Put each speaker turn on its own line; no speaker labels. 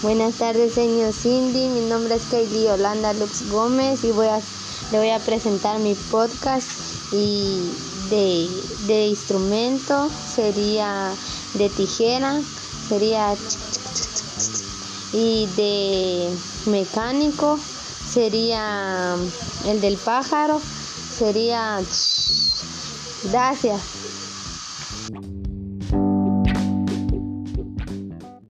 Buenas tardes, señor Cindy. Mi nombre es Kaylee Yolanda Lux Gómez y le voy a presentar mi podcast. Y de instrumento sería de tijera, sería y de mecánico sería el del pájaro, sería gracias.